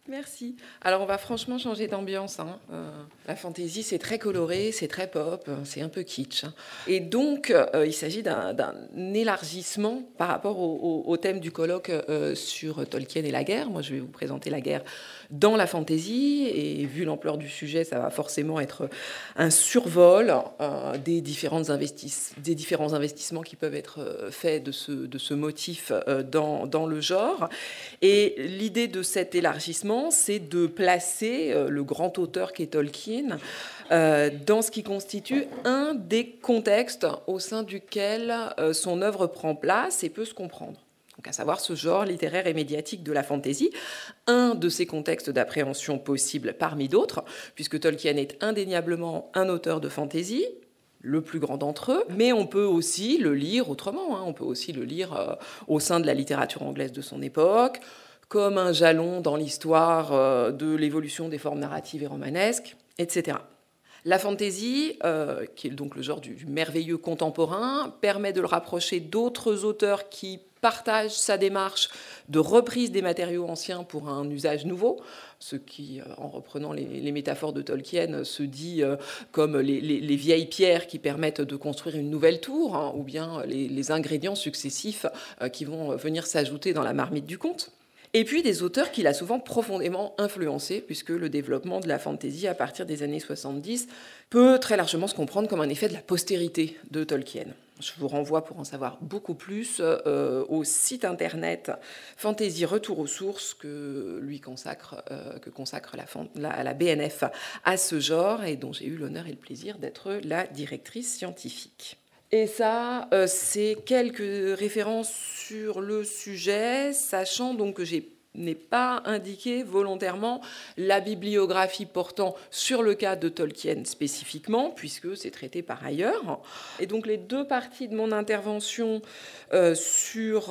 Merci. Alors, on va franchement changer d'ambiance, hein. La fantaisie, c'est très coloré, c'est très pop, c'est un peu kitsch, hein. Et donc, il s'agit d'un élargissement par rapport au thème du colloque sur Tolkien et la guerre. Moi, je vais vous présenter la guerre dans la fantaisie. Et vu l'ampleur du sujet, ça va forcément être un survol des différents investissements qui peuvent être faits de ce motif dans le genre. Et l'idée de cet élargissement, c'est de placer le grand auteur qu'est Tolkien dans ce qui constitue un des contextes au sein duquel son œuvre prend place et peut se comprendre. Donc, à savoir ce genre littéraire et médiatique de la fantaisie, un de ces contextes d'appréhension possibles parmi d'autres, puisque Tolkien est indéniablement un auteur de fantaisie, le plus grand d'entre eux, mais on peut aussi le lire autrement, hein. On peut aussi le lire au sein de la littérature anglaise de son époque, comme un jalon dans l'histoire de l'évolution des formes narratives et romanesques, etc. La fantaisie, qui est donc le genre du merveilleux contemporain, permet de le rapprocher d'autres auteurs qui partagent sa démarche de reprise des matériaux anciens pour un usage nouveau, ce qui, en reprenant les métaphores de Tolkien, se dit comme les vieilles pierres qui permettent de construire une nouvelle tour, hein, ou bien les ingrédients successifs qui vont venir s'ajouter dans la marmite du conte. Et puis des auteurs qu'il a souvent profondément influencés, puisque le développement de la fantaisie à partir des années 70 peut très largement se comprendre comme un effet de la postérité de Tolkien. Je vous renvoie pour en savoir beaucoup plus au site internet Fantaisie Retour aux sources que consacre la BNF à ce genre et dont j'ai eu l'honneur et le plaisir d'être la directrice scientifique. Et ça, c'est quelques références sur le sujet, sachant donc que je n'ai pas indiqué volontairement la bibliographie portant sur le cas de Tolkien spécifiquement, puisque c'est traité par ailleurs. Et donc les deux parties de mon intervention sur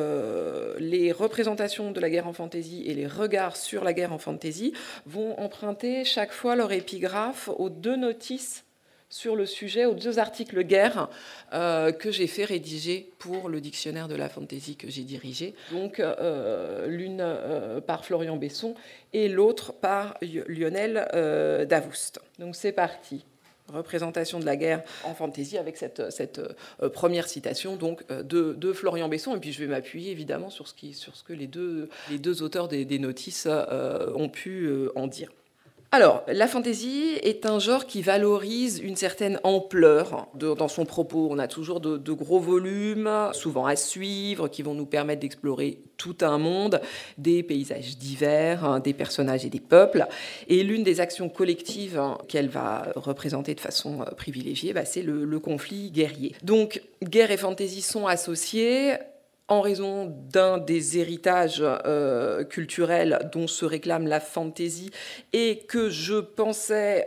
les représentations de la guerre en fantaisie et les regards sur la guerre en fantaisie vont emprunter chaque fois leur épigraphe aux deux notices sur le sujet, aux deux articles guerre que j'ai fait rédiger pour le dictionnaire de la fantaisie que j'ai dirigé. Donc l'une par Florian Besson et l'autre par Lionel Davoust. Donc c'est parti. Représentation de la guerre en fantaisie avec cette première citation donc, de Florian Besson. Et puis je vais m'appuyer évidemment sur ce que les deux auteurs des notices ont pu en dire. Alors, la fantaisie est un genre qui valorise une certaine ampleur dans son propos. On a toujours de gros volumes, souvent à suivre, qui vont nous permettre d'explorer tout un monde, des paysages divers, hein, des personnages et des peuples. Et l'une des actions collectives qu'elle va représenter de façon privilégiée, c'est le conflit guerrier. Donc, guerre et fantaisie sont associées en raison d'un des héritages culturels dont se réclame la fantaisie et dont je pensais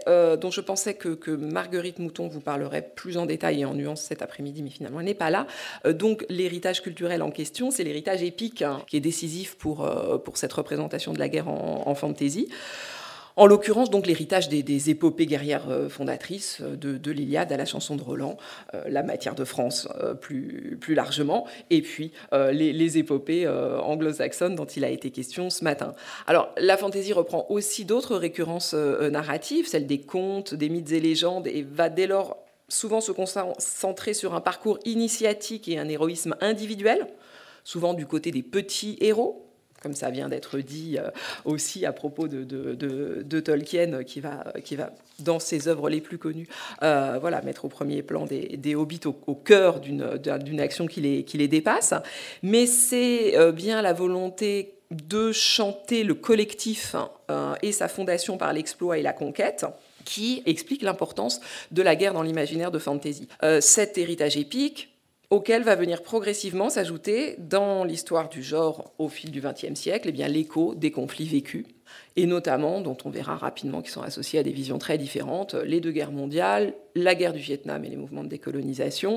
que Marguerite Mouton vous parlerait plus en détail et en nuance cet après-midi, mais finalement elle n'est pas là. Donc l'héritage culturel en question, c'est l'héritage épique qui est décisif pour cette représentation de la guerre en fantaisie. En l'occurrence, donc, l'héritage des épopées guerrières fondatrices, de l'Iliade à la chanson de Roland, la matière de France plus largement, et puis les épopées anglo-saxonnes dont il a été question ce matin. Alors, la fantaisie reprend aussi d'autres récurrences narratives, celles des contes, des mythes et légendes, et va dès lors souvent se concentrer sur un parcours initiatique et un héroïsme individuel, souvent du côté des petits héros, comme ça vient d'être dit aussi à propos de Tolkien, qui va dans ses œuvres les plus connues, mettre au premier plan des hobbits au cœur d'une action qui les dépasse. Mais c'est bien la volonté de chanter le collectif et sa fondation par l'exploit et la conquête qui explique l'importance de la guerre dans l'imaginaire de fantasy. Cet héritage épique, auquel va venir progressivement s'ajouter dans l'histoire du genre au fil du XXe siècle l'écho des conflits vécus, et notamment, dont on verra rapidement qu'ils sont associés à des visions très différentes, les deux guerres mondiales, la guerre du Vietnam et les mouvements de décolonisation,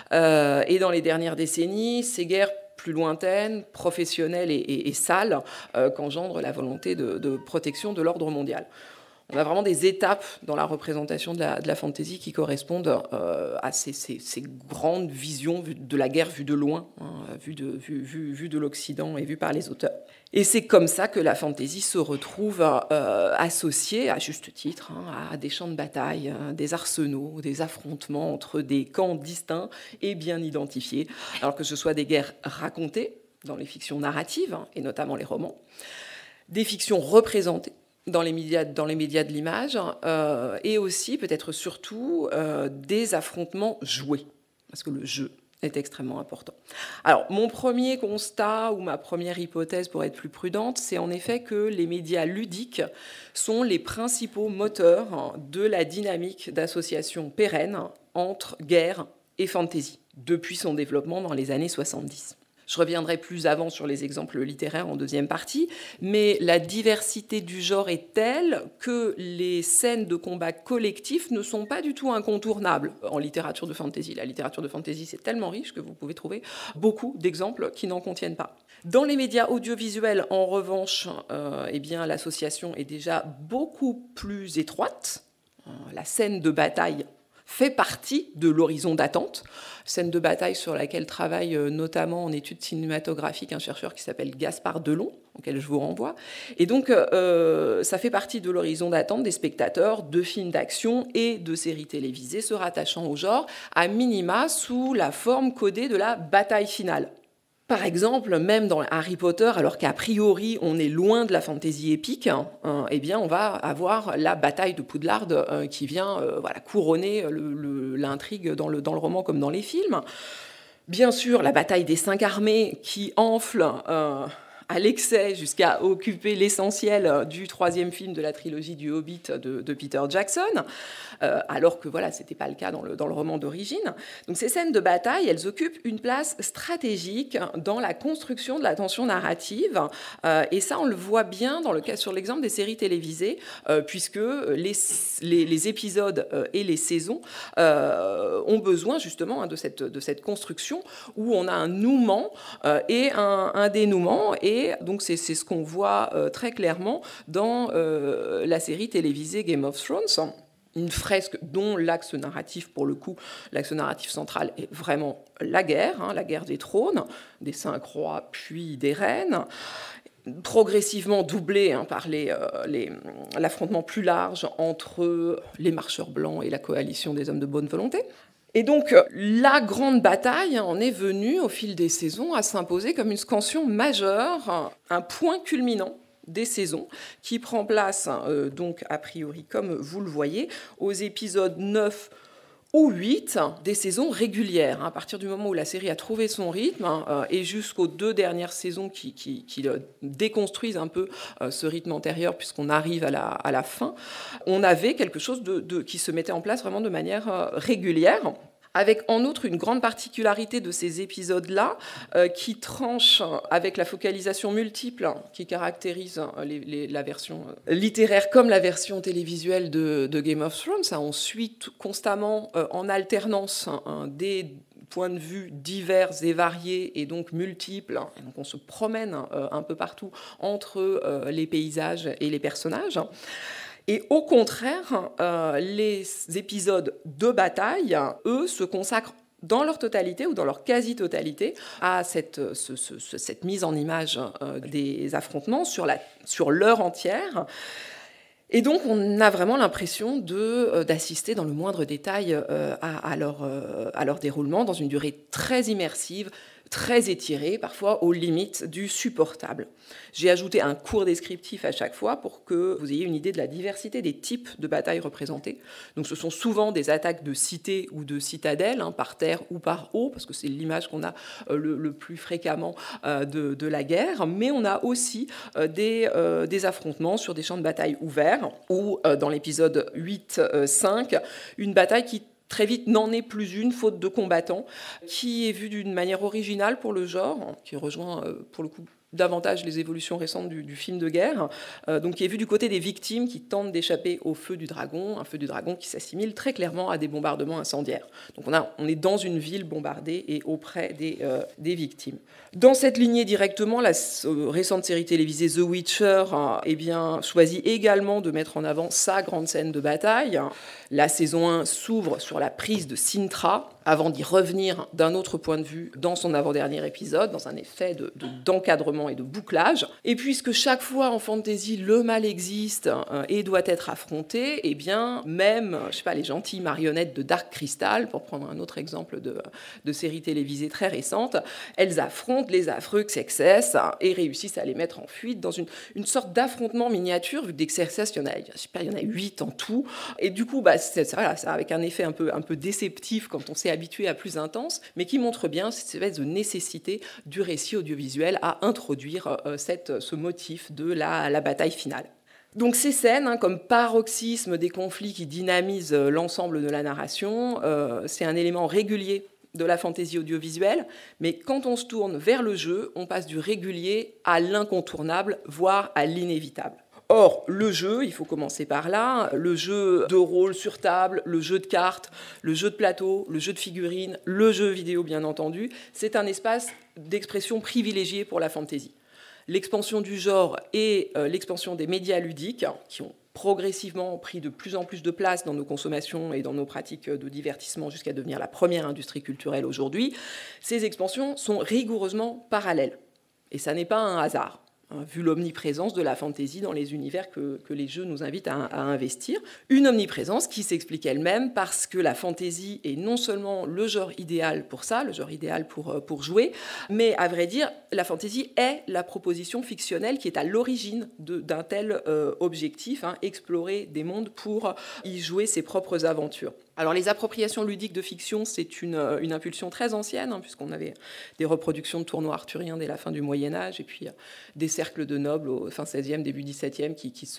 et dans les dernières décennies, ces guerres plus lointaines, professionnelles et sales, qu'engendre la volonté de protection de l'ordre mondial. On a vraiment des étapes dans la représentation de la fantasy qui correspondent à ces grandes visions de la guerre vue de loin, vue de l'Occident et vue par les auteurs. Et c'est comme ça que la fantasy se retrouve associée, à juste titre, à des champs de bataille, des arsenaux, des affrontements entre des camps distincts et bien identifiés, alors que ce soit des guerres racontées dans les fictions narratives, et notamment les romans, des fictions représentées dans les médias de l'image, et aussi, peut-être surtout, des affrontements joués, parce que le jeu est extrêmement important. Alors, mon premier constat, ou ma première hypothèse, pour être plus prudente, c'est en effet que les médias ludiques sont les principaux moteurs de la dynamique d'association pérenne entre guerre et fantasy, depuis son développement dans les années 70. Je reviendrai plus avant sur les exemples littéraires en deuxième partie, mais la diversité du genre est telle que les scènes de combat collectifs ne sont pas du tout incontournables en littérature de fantasy. La littérature de fantasy, c'est tellement riche que vous pouvez trouver beaucoup d'exemples qui n'en contiennent pas. Dans les médias audiovisuels, en revanche, l'association est déjà beaucoup plus étroite. La scène de bataille fait partie de l'horizon d'attente, scène de bataille sur laquelle travaille notamment en études cinématographiques un chercheur qui s'appelle Gaspard Delon, auquel je vous renvoie. Et donc, ça fait partie de l'horizon d'attente des spectateurs de films d'action et de séries télévisées se rattachant au genre, à minima sous la forme codée de la bataille finale. Par exemple, même dans Harry Potter, alors qu'a priori on est loin de la fantaisie épique, on va avoir la bataille de Poudlard qui vient couronner l'intrigue dans le roman comme dans les films. Bien sûr, la bataille des 5 armées qui enfle à l'excès jusqu'à occuper l'essentiel du 3e film de la trilogie du Hobbit de Peter Jackson, alors que ce n'était pas le cas dans le roman d'origine. Donc ces scènes de bataille, elles occupent une place stratégique dans la construction de la tension narrative, et ça on le voit bien sur l'exemple des séries télévisées, puisque les épisodes et les saisons ont besoin justement de cette construction où on a un nouement et un dénouement. Et donc c'est ce qu'on voit très clairement dans la série télévisée Game of Thrones, une fresque dont l'axe narratif, pour le coup, l'axe narratif central est vraiment la guerre des trônes, des 5 rois puis des reines, progressivement doublé par l'affrontement plus large entre les marcheurs blancs et la coalition des hommes de bonne volonté. Et donc, la grande bataille en est venue, au fil des saisons, à s'imposer comme une scansion majeure, un point culminant des saisons, qui prend place, donc, a priori, comme vous le voyez, aux épisodes 9 ou 8 des saisons régulières, à partir du moment où la série a trouvé son rythme, et jusqu'aux 2 dernières saisons qui déconstruisent un peu ce rythme antérieur, puisqu'on arrive à la fin, on avait quelque chose qui se mettait en place vraiment de manière régulière, avec en outre une grande particularité de ces épisodes-là, qui tranche avec la focalisation multiple qui caractérise la version littéraire comme la version télévisuelle de Game of Thrones. On suit constamment en alternance des points de vue divers et variés et donc multiples. Et donc on se promène un peu partout entre les paysages et les personnages. Et au contraire, les épisodes de bataille, eux, se consacrent dans leur totalité ou dans leur quasi-totalité à cette mise en image des affrontements sur l'heure entière. Et donc, on a vraiment l'impression d'assister dans le moindre détail à leur déroulement dans une durée très immersive, très étirée, parfois aux limites du supportable. J'ai ajouté un court descriptif à chaque fois pour que vous ayez une idée de la diversité des types de batailles représentées. Donc ce sont souvent des attaques de cités ou de citadelles, par terre ou par eau, parce que c'est l'image qu'on a le plus fréquemment de la guerre, mais on a aussi des affrontements sur des champs de bataille ouverts, ou dans l'épisode 8-5, une bataille qui très vite n'en est plus une, faute de combattants, qui est vue d'une manière originale pour le genre, qui rejoint pour le coup davantage les évolutions récentes du film de guerre, donc qui est vu du côté des victimes qui tentent d'échapper au feu du dragon, un feu du dragon qui s'assimile très clairement à des bombardements incendiaires. Donc on est dans une ville bombardée et auprès des victimes. Dans cette lignée directement, la récente série télévisée The Witcher choisit également de mettre en avant sa grande scène de bataille. La saison 1 s'ouvre sur la prise de Sintra, avant d'y revenir d'un autre point de vue dans son avant-dernier épisode, dans un effet d'encadrement et de bouclage. Et puisque chaque fois en fantasy, le mal existe et doit être affronté, même, les gentilles marionnettes de Dark Crystal, pour prendre un autre exemple de série télévisée très récente, elles affrontent les affreux Xerxes et réussissent à les mettre en fuite dans une sorte d'affrontement miniature, vu que des Xerxes, il y en a 8 en tout. Et du coup, c'est avec un effet un peu déceptif quand on s'est habitué à plus intense, mais qui montre bien cette espèce de nécessité du récit audiovisuel à introduire ce motif de la bataille finale. Donc ces scènes, comme paroxysme des conflits qui dynamisent l'ensemble de la narration, c'est un élément régulier de la fantaisie audiovisuelle, mais quand on se tourne vers le jeu, on passe du régulier à l'incontournable, voire à l'inévitable. Or, le jeu, il faut commencer par là, le jeu de rôle sur table, le jeu de cartes, le jeu de plateau, le jeu de figurines, le jeu vidéo bien entendu, c'est un espace d'expression privilégié pour la fantaisie. L'expansion du genre et l'expansion des médias ludiques, qui ont progressivement pris de plus en plus de place dans nos consommations et dans nos pratiques de divertissement jusqu'à devenir la première industrie culturelle aujourd'hui, ces expansions sont rigoureusement parallèles. Et ça n'est pas un hasard, vu l'omniprésence de la fantaisie dans les univers que les jeux nous invitent à investir. Une omniprésence qui s'explique elle-même parce que la fantaisie est non seulement le genre idéal pour ça, le genre idéal pour jouer, mais à vrai dire, la fantaisie est la proposition fictionnelle qui est à l'origine d'un tel objectif, explorer des mondes pour y jouer ses propres aventures. Alors les appropriations ludiques de fiction, c'est une impulsion très ancienne, puisqu'on avait des reproductions de tournois arthuriens dès la fin du Moyen-Âge, et puis des cercles de nobles au fin XVIe, début XVIIe,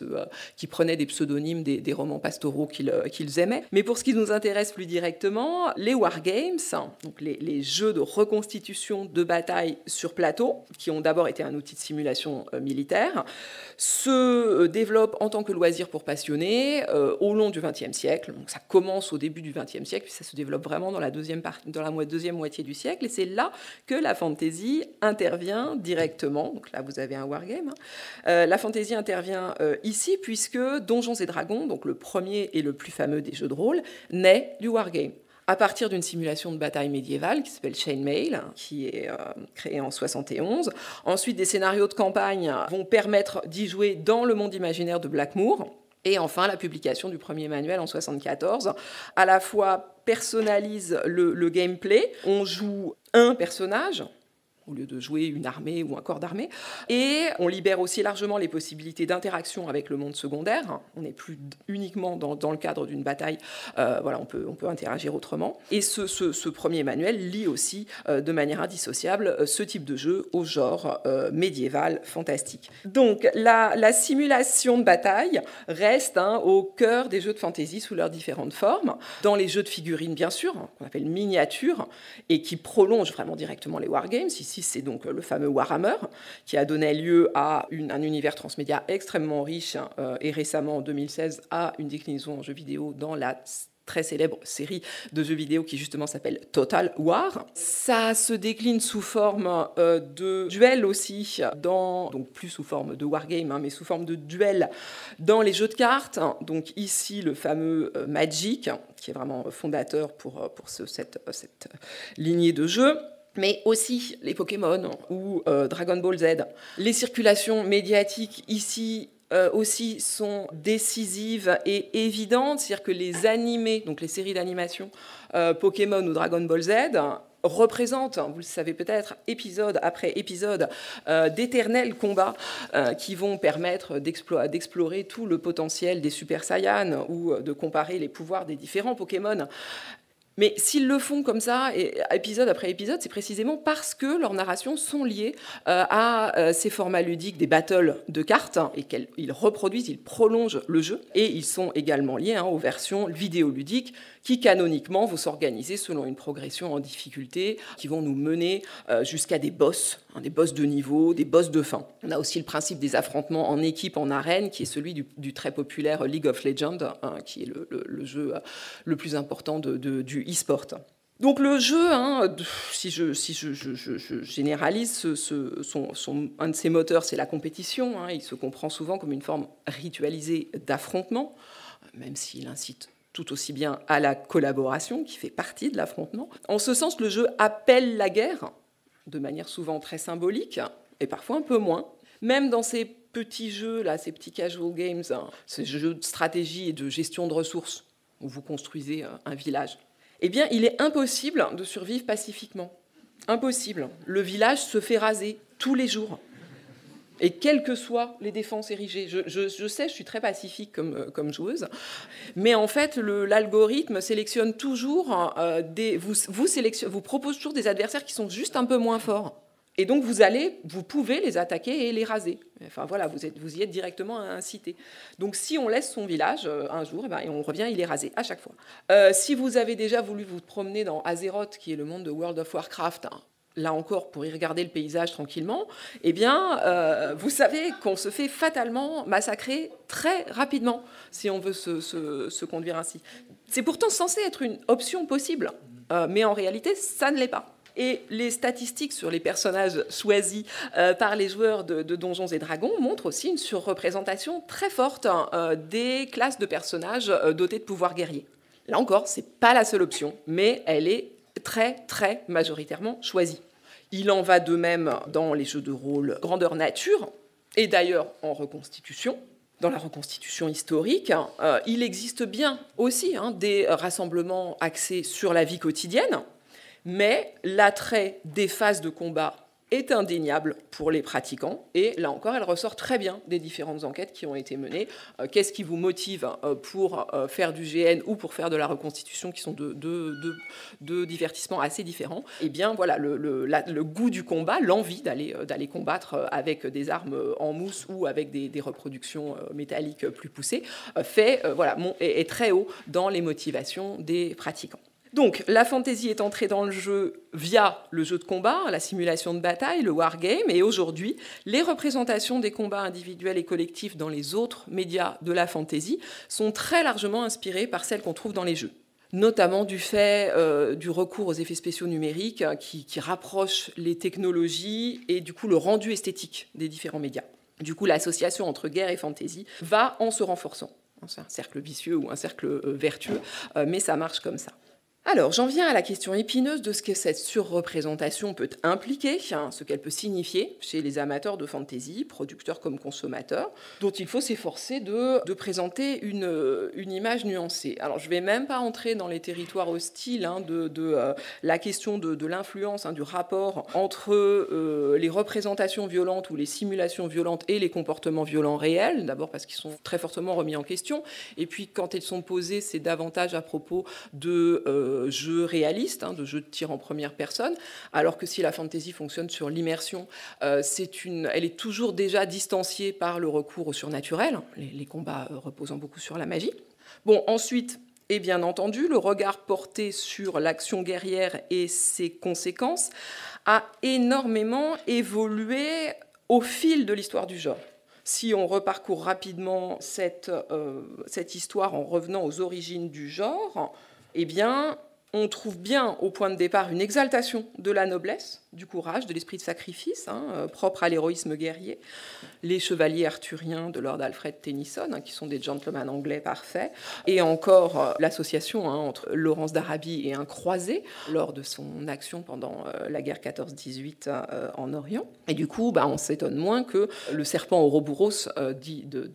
qui prenaient des pseudonymes des romans pastoraux qu'ils aimaient. Mais pour ce qui nous intéresse plus directement, les wargames, donc les jeux de reconstitution de bataille sur plateau, qui ont d'abord été un outil de simulation militaire, se développent en tant que loisir pour passionnés au long du XXe siècle. Donc ça commence au début du XXe siècle, puis ça se développe vraiment dans la deuxième moitié du siècle, et c'est là que la fantaisie intervient directement. Donc là, vous avez un wargame. La fantaisie intervient ici, puisque Donjons et Dragons, donc le premier et le plus fameux des jeux de rôle, naît du wargame. À partir d'une simulation de bataille médiévale qui s'appelle Chainmail, qui est créée en 71. Ensuite, des scénarios de campagne vont permettre d'y jouer dans le monde imaginaire de Blackmoor. Et enfin, la publication du premier manuel en 74, à la fois personnalise le gameplay, on joue un personnage, au lieu de jouer une armée ou un corps d'armée. Et on libère aussi largement les possibilités d'interaction avec le monde secondaire. On n'est plus uniquement dans le cadre d'une bataille. On peut interagir autrement. Et ce premier manuel lie aussi de manière indissociable ce type de jeu au genre médiéval fantastique. Donc la simulation de bataille reste au cœur des jeux de fantasy sous leurs différentes formes. Dans les jeux de figurines, bien sûr, qu'on appelle miniatures, et qui prolongent vraiment directement les wargames. Ici, c'est donc le fameux Warhammer, qui a donné lieu à un univers transmédia extrêmement riche, et récemment, en 2016, à une déclinaison en jeux vidéo dans la très célèbre série de jeux vidéo qui justement s'appelle Total War. Ça se décline sous forme de duel aussi, donc plus sous forme de wargame, mais sous forme de duel dans les jeux de cartes. Donc ici, le fameux Magic, qui est vraiment fondateur pour cette lignée de jeux. Mais aussi les Pokémon ou Dragon Ball Z. Les circulations médiatiques ici aussi sont décisives et évidentes, c'est-à-dire que les animés, donc les séries d'animation Pokémon ou Dragon Ball Z, représentent, vous le savez peut-être, épisode après épisode, d'éternels combats qui vont permettre d'explorer tout le potentiel des Super Saiyans ou de comparer les pouvoirs des différents Pokémon. Mais s'ils le font comme ça, épisode après épisode, c'est précisément parce que leurs narrations sont liées à ces formats ludiques des battles de cartes, et qu'ils reproduisent, ils prolongent le jeu, et ils sont également liés aux versions vidéoludiques qui, canoniquement, vont s'organiser selon une progression en difficulté, qui vont nous mener jusqu'à des boss des boss de niveau, des boss de fin. On a aussi le principe des affrontements en équipe, en arène, qui est celui du très populaire League of Legends, qui est le jeu le plus important du e-sport. Donc le jeu, si je généralise, un de ses moteurs, c'est la compétition. Il se comprend souvent comme une forme ritualisée d'affrontement, même s'il incite tout aussi bien à la collaboration, qui fait partie de l'affrontement. En ce sens, le jeu appelle la guerre, de manière souvent très symbolique, et parfois un peu moins. Même dans ces petits jeux, là, ces petits casual games, ces jeux de stratégie et de gestion de ressources, où vous construisez un village, eh bien, il est impossible de survivre pacifiquement. Impossible. Le village se fait raser tous les jours. Et quelles que soient les défenses érigées. Je sais, je suis très pacifique comme joueuse, mais en fait, l'algorithme sélectionne toujours vous propose toujours des adversaires qui sont juste un peu moins forts. Et donc, vous pouvez les attaquer et les raser. Enfin, voilà, vous y êtes directement incité. Donc, si on laisse son village, un jour, et on revient, il est rasé, à chaque fois. Si vous avez déjà voulu vous promener dans Azeroth, qui est le monde de World of Warcraft, là encore, pour y regarder le paysage tranquillement, eh bien, vous savez qu'on se fait fatalement massacrer très rapidement si on veut se conduire ainsi. C'est pourtant censé être une option possible, mais en réalité, ça ne l'est pas. Et les statistiques sur les personnages choisis par les joueurs de Donjons et Dragons montrent aussi une surreprésentation très forte des classes de personnages dotés de pouvoirs guerriers. Là encore, ce n'est pas la seule option, mais elle est très, très majoritairement choisie. Il en va de même dans les jeux de rôle grandeur nature, et d'ailleurs en reconstitution. Dans la reconstitution historique, il existe bien aussi des rassemblements axés sur la vie quotidienne, mais l'attrait des phases de combat est indéniable pour les pratiquants. Et là encore, elle ressort très bien des différentes enquêtes qui ont été menées. Qu'est-ce qui vous motive pour faire du GN ou pour faire de la reconstitution, qui sont deux divertissements assez différents? Eh bien, voilà, le goût du combat, l'envie d'aller combattre avec des armes en mousse ou avec des reproductions métalliques plus poussées, est très haut dans les motivations des pratiquants. Donc, la fantasy est entrée dans le jeu via le jeu de combat, la simulation de bataille, le wargame, et aujourd'hui, les représentations des combats individuels et collectifs dans les autres médias de la fantasy sont très largement inspirées par celles qu'on trouve dans les jeux, notamment du fait du recours aux effets spéciaux numériques qui rapprochent les technologies et du coup le rendu esthétique des différents médias. Du coup, l'association entre guerre et fantasy va en se renforçant. C'est un cercle vicieux ou un cercle vertueux, mais ça marche comme ça. Alors, j'en viens à la question épineuse de ce que cette surreprésentation peut impliquer, ce qu'elle peut signifier chez les amateurs de fantasy, producteurs comme consommateurs, dont il faut s'efforcer de présenter une image nuancée. Alors, je ne vais même pas entrer dans les territoires hostiles de la question de l'influence, du rapport entre les représentations violentes ou les simulations violentes et les comportements violents réels, d'abord parce qu'ils sont très fortement remis en question, et puis quand ils sont posés, c'est davantage à propos de jeux réalistes, de jeux de tir en première personne, alors que si la fantasy fonctionne sur l'immersion, elle est toujours déjà distanciée par le recours au surnaturel, les combats reposant beaucoup sur la magie. Bon, ensuite, et bien entendu, le regard porté sur l'action guerrière et ses conséquences a énormément évolué au fil de l'histoire du genre. Si on reparcourt rapidement cette histoire en revenant aux origines du genre, eh bien, on trouve bien au point de départ une exaltation de la noblesse, du courage, de l'esprit de sacrifice, propre à l'héroïsme guerrier. Les chevaliers arthuriens de Lord Alfred Tennyson, qui sont des gentlemen anglais parfaits, et encore l'association entre Laurence d'Arabie et un croisé lors de son action pendant la guerre 14-18 en Orient. Et du coup, on s'étonne moins que le serpent Ouroboros, dit de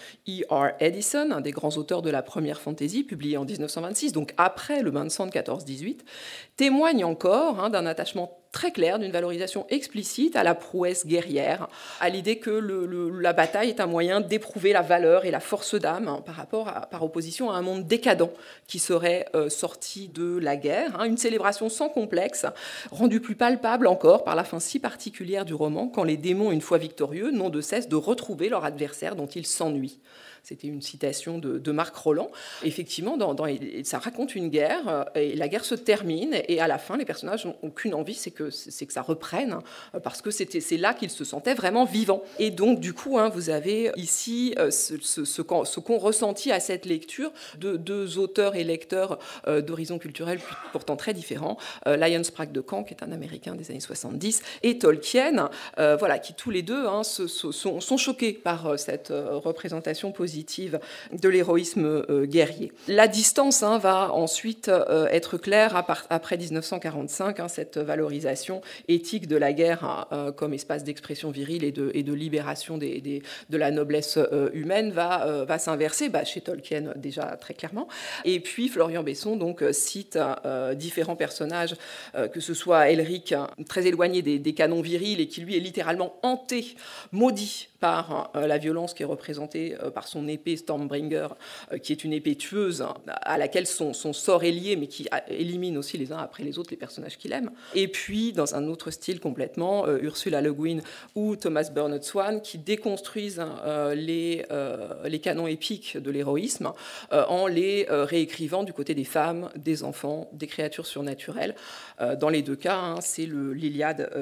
E.R. Edison, un des grands auteurs de la première fantasy, publié en 1926, donc après le bain de sang de 14-18, témoigne encore d'un attachement très clair, d'une valorisation explicite à la prouesse guerrière, à l'idée que la bataille est un moyen d'éprouver la valeur et la force d'âme par opposition à un monde décadent qui serait sorti de la guerre. Une célébration sans complexe, rendue plus palpable encore par la fin si particulière du roman, quand les démons, une fois victorieux, n'ont de cesse de retrouver leur adversaire dont ils s'ennuient. C'était une citation de Marc Rolland. Effectivement, ça raconte une guerre, et la guerre se termine, et à la fin, les personnages n'ont qu'une envie, c'est que ça reprenne, parce que c'est là qu'ils se sentaient vraiment vivants. Et donc, du coup, vous avez ici ce qu'ont ressenti à cette lecture de deux auteurs et lecteurs d'horizons culturels pourtant très différents, Lyons Sprague de Camp, qui est un Américain des années 70, et Tolkien, qui tous les deux sont choqués par cette représentation positive de l'héroïsme guerrier. La distance va ensuite être claire après 1945, cette valorisation éthique de la guerre comme espace d'expression virile et de libération de la noblesse humaine va s'inverser, chez Tolkien déjà très clairement. Et puis Florian Besson donc, cite différents personnages, que ce soit Elric, très éloigné des canons virils et qui lui est littéralement hanté, maudit par la violence qui est représentée par son épée Stormbringer, qui est une épée tueuse à laquelle son sort est lié, mais qui élimine aussi les uns après les autres les personnages qu'il aime. Et puis, dans un autre style complètement, Ursula Le Guin ou Thomas Bernard Swan, qui déconstruisent les canons épiques de l'héroïsme en les réécrivant du côté des femmes, des enfants, des créatures surnaturelles. Dans les deux cas, c'est l'Iliade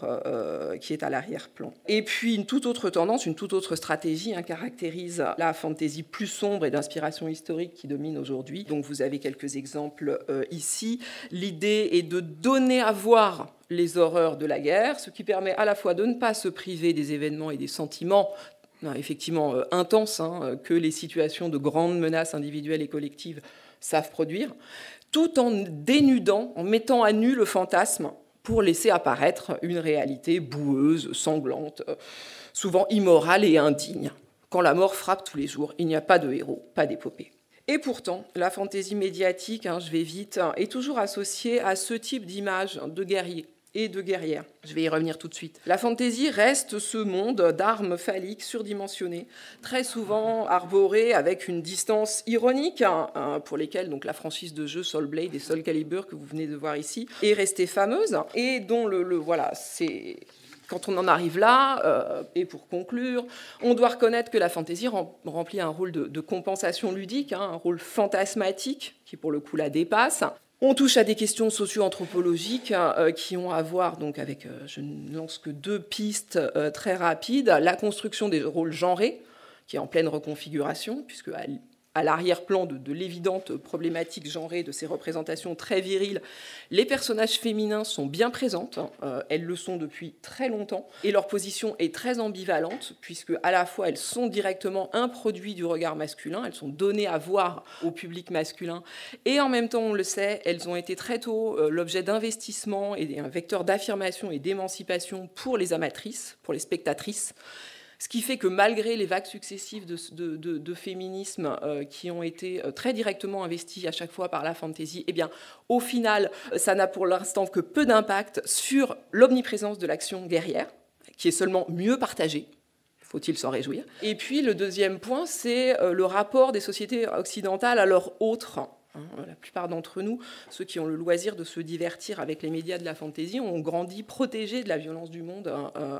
qui est à l'arrière-plan. Et puis, une toute autre tendance, une toute autre stratégie caractérise la fantaisie plus sombre et d'inspiration historique qui domine aujourd'hui. Donc vous avez quelques exemples ici. L'idée est de donner à voir les horreurs de la guerre, ce qui permet à la fois de ne pas se priver des événements et des sentiments effectivement intenses que les situations de grandes menaces individuelles et collectives savent produire, tout en dénudant, en mettant à nu le fantasme pour laisser apparaître une réalité boueuse, sanglante, souvent immorale et indigne. Quand la mort frappe tous les jours, il n'y a pas de héros, pas d'épopée. Et pourtant, la fantaisie médiatique, je vais vite, est toujours associée à ce type d'image de guerrier et de guerrière. Je vais y revenir tout de suite. La fantaisie reste ce monde d'armes phalliques surdimensionnées, très souvent arborées avec une distance ironique, pour lesquelles donc, la franchise de jeu Soul Blade et Soul Calibur, que vous venez de voir ici, est restée fameuse, et dont c'est... Quand on en arrive là, et pour conclure, on doit reconnaître que la fantaisie remplit un rôle de compensation ludique, un rôle fantasmatique qui, pour le coup, la dépasse. On touche à des questions socio-anthropologiques qui ont à voir, donc, avec, je ne lance que deux pistes très rapides, la construction des rôles genrés, qui est en pleine reconfiguration, puisque à l'arrière-plan de l'évidente problématique genrée de ces représentations très viriles, les personnages féminins sont bien présentes, elles le sont depuis très longtemps, et leur position est très ambivalente, puisque à la fois elles sont directement un produit du regard masculin, elles sont données à voir au public masculin, et en même temps, on le sait, elles ont été très tôt l'objet d'investissement et un vecteur d'affirmation et d'émancipation pour les amatrices, pour les spectatrices. Ce qui fait que malgré les vagues successives de féminisme qui ont été très directement investies à chaque fois par la fantasy, eh bien, au final, ça n'a pour l'instant que peu d'impact sur l'omniprésence de l'action guerrière, qui est seulement mieux partagée. Faut-il s'en réjouir? Et puis, le deuxième point, c'est le rapport des sociétés occidentales à leurs autres. La plupart d'entre nous, ceux qui ont le loisir de se divertir avec les médias de la fantasy, ont grandi protégés de la violence du monde,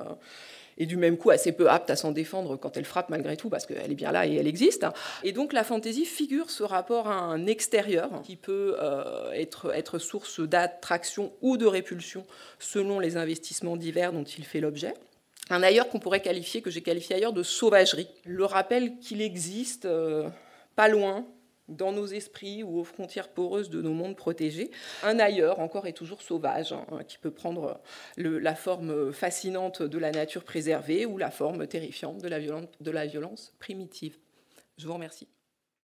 et du même coup assez peu apte à s'en défendre quand elle frappe malgré tout, parce qu'elle est bien là et elle existe. Et donc la fantaisie figure ce rapport à un extérieur qui peut être source d'attraction ou de répulsion selon les investissements divers dont il fait l'objet. Un ailleurs qu'on pourrait qualifier, que j'ai qualifié ailleurs de sauvagerie. Le rappel qu'il existe pas loin, dans nos esprits ou aux frontières poreuses de nos mondes protégés, un ailleurs encore et toujours sauvage, qui peut prendre la forme fascinante de la nature préservée ou la forme terrifiante de la violence primitive. Je vous remercie.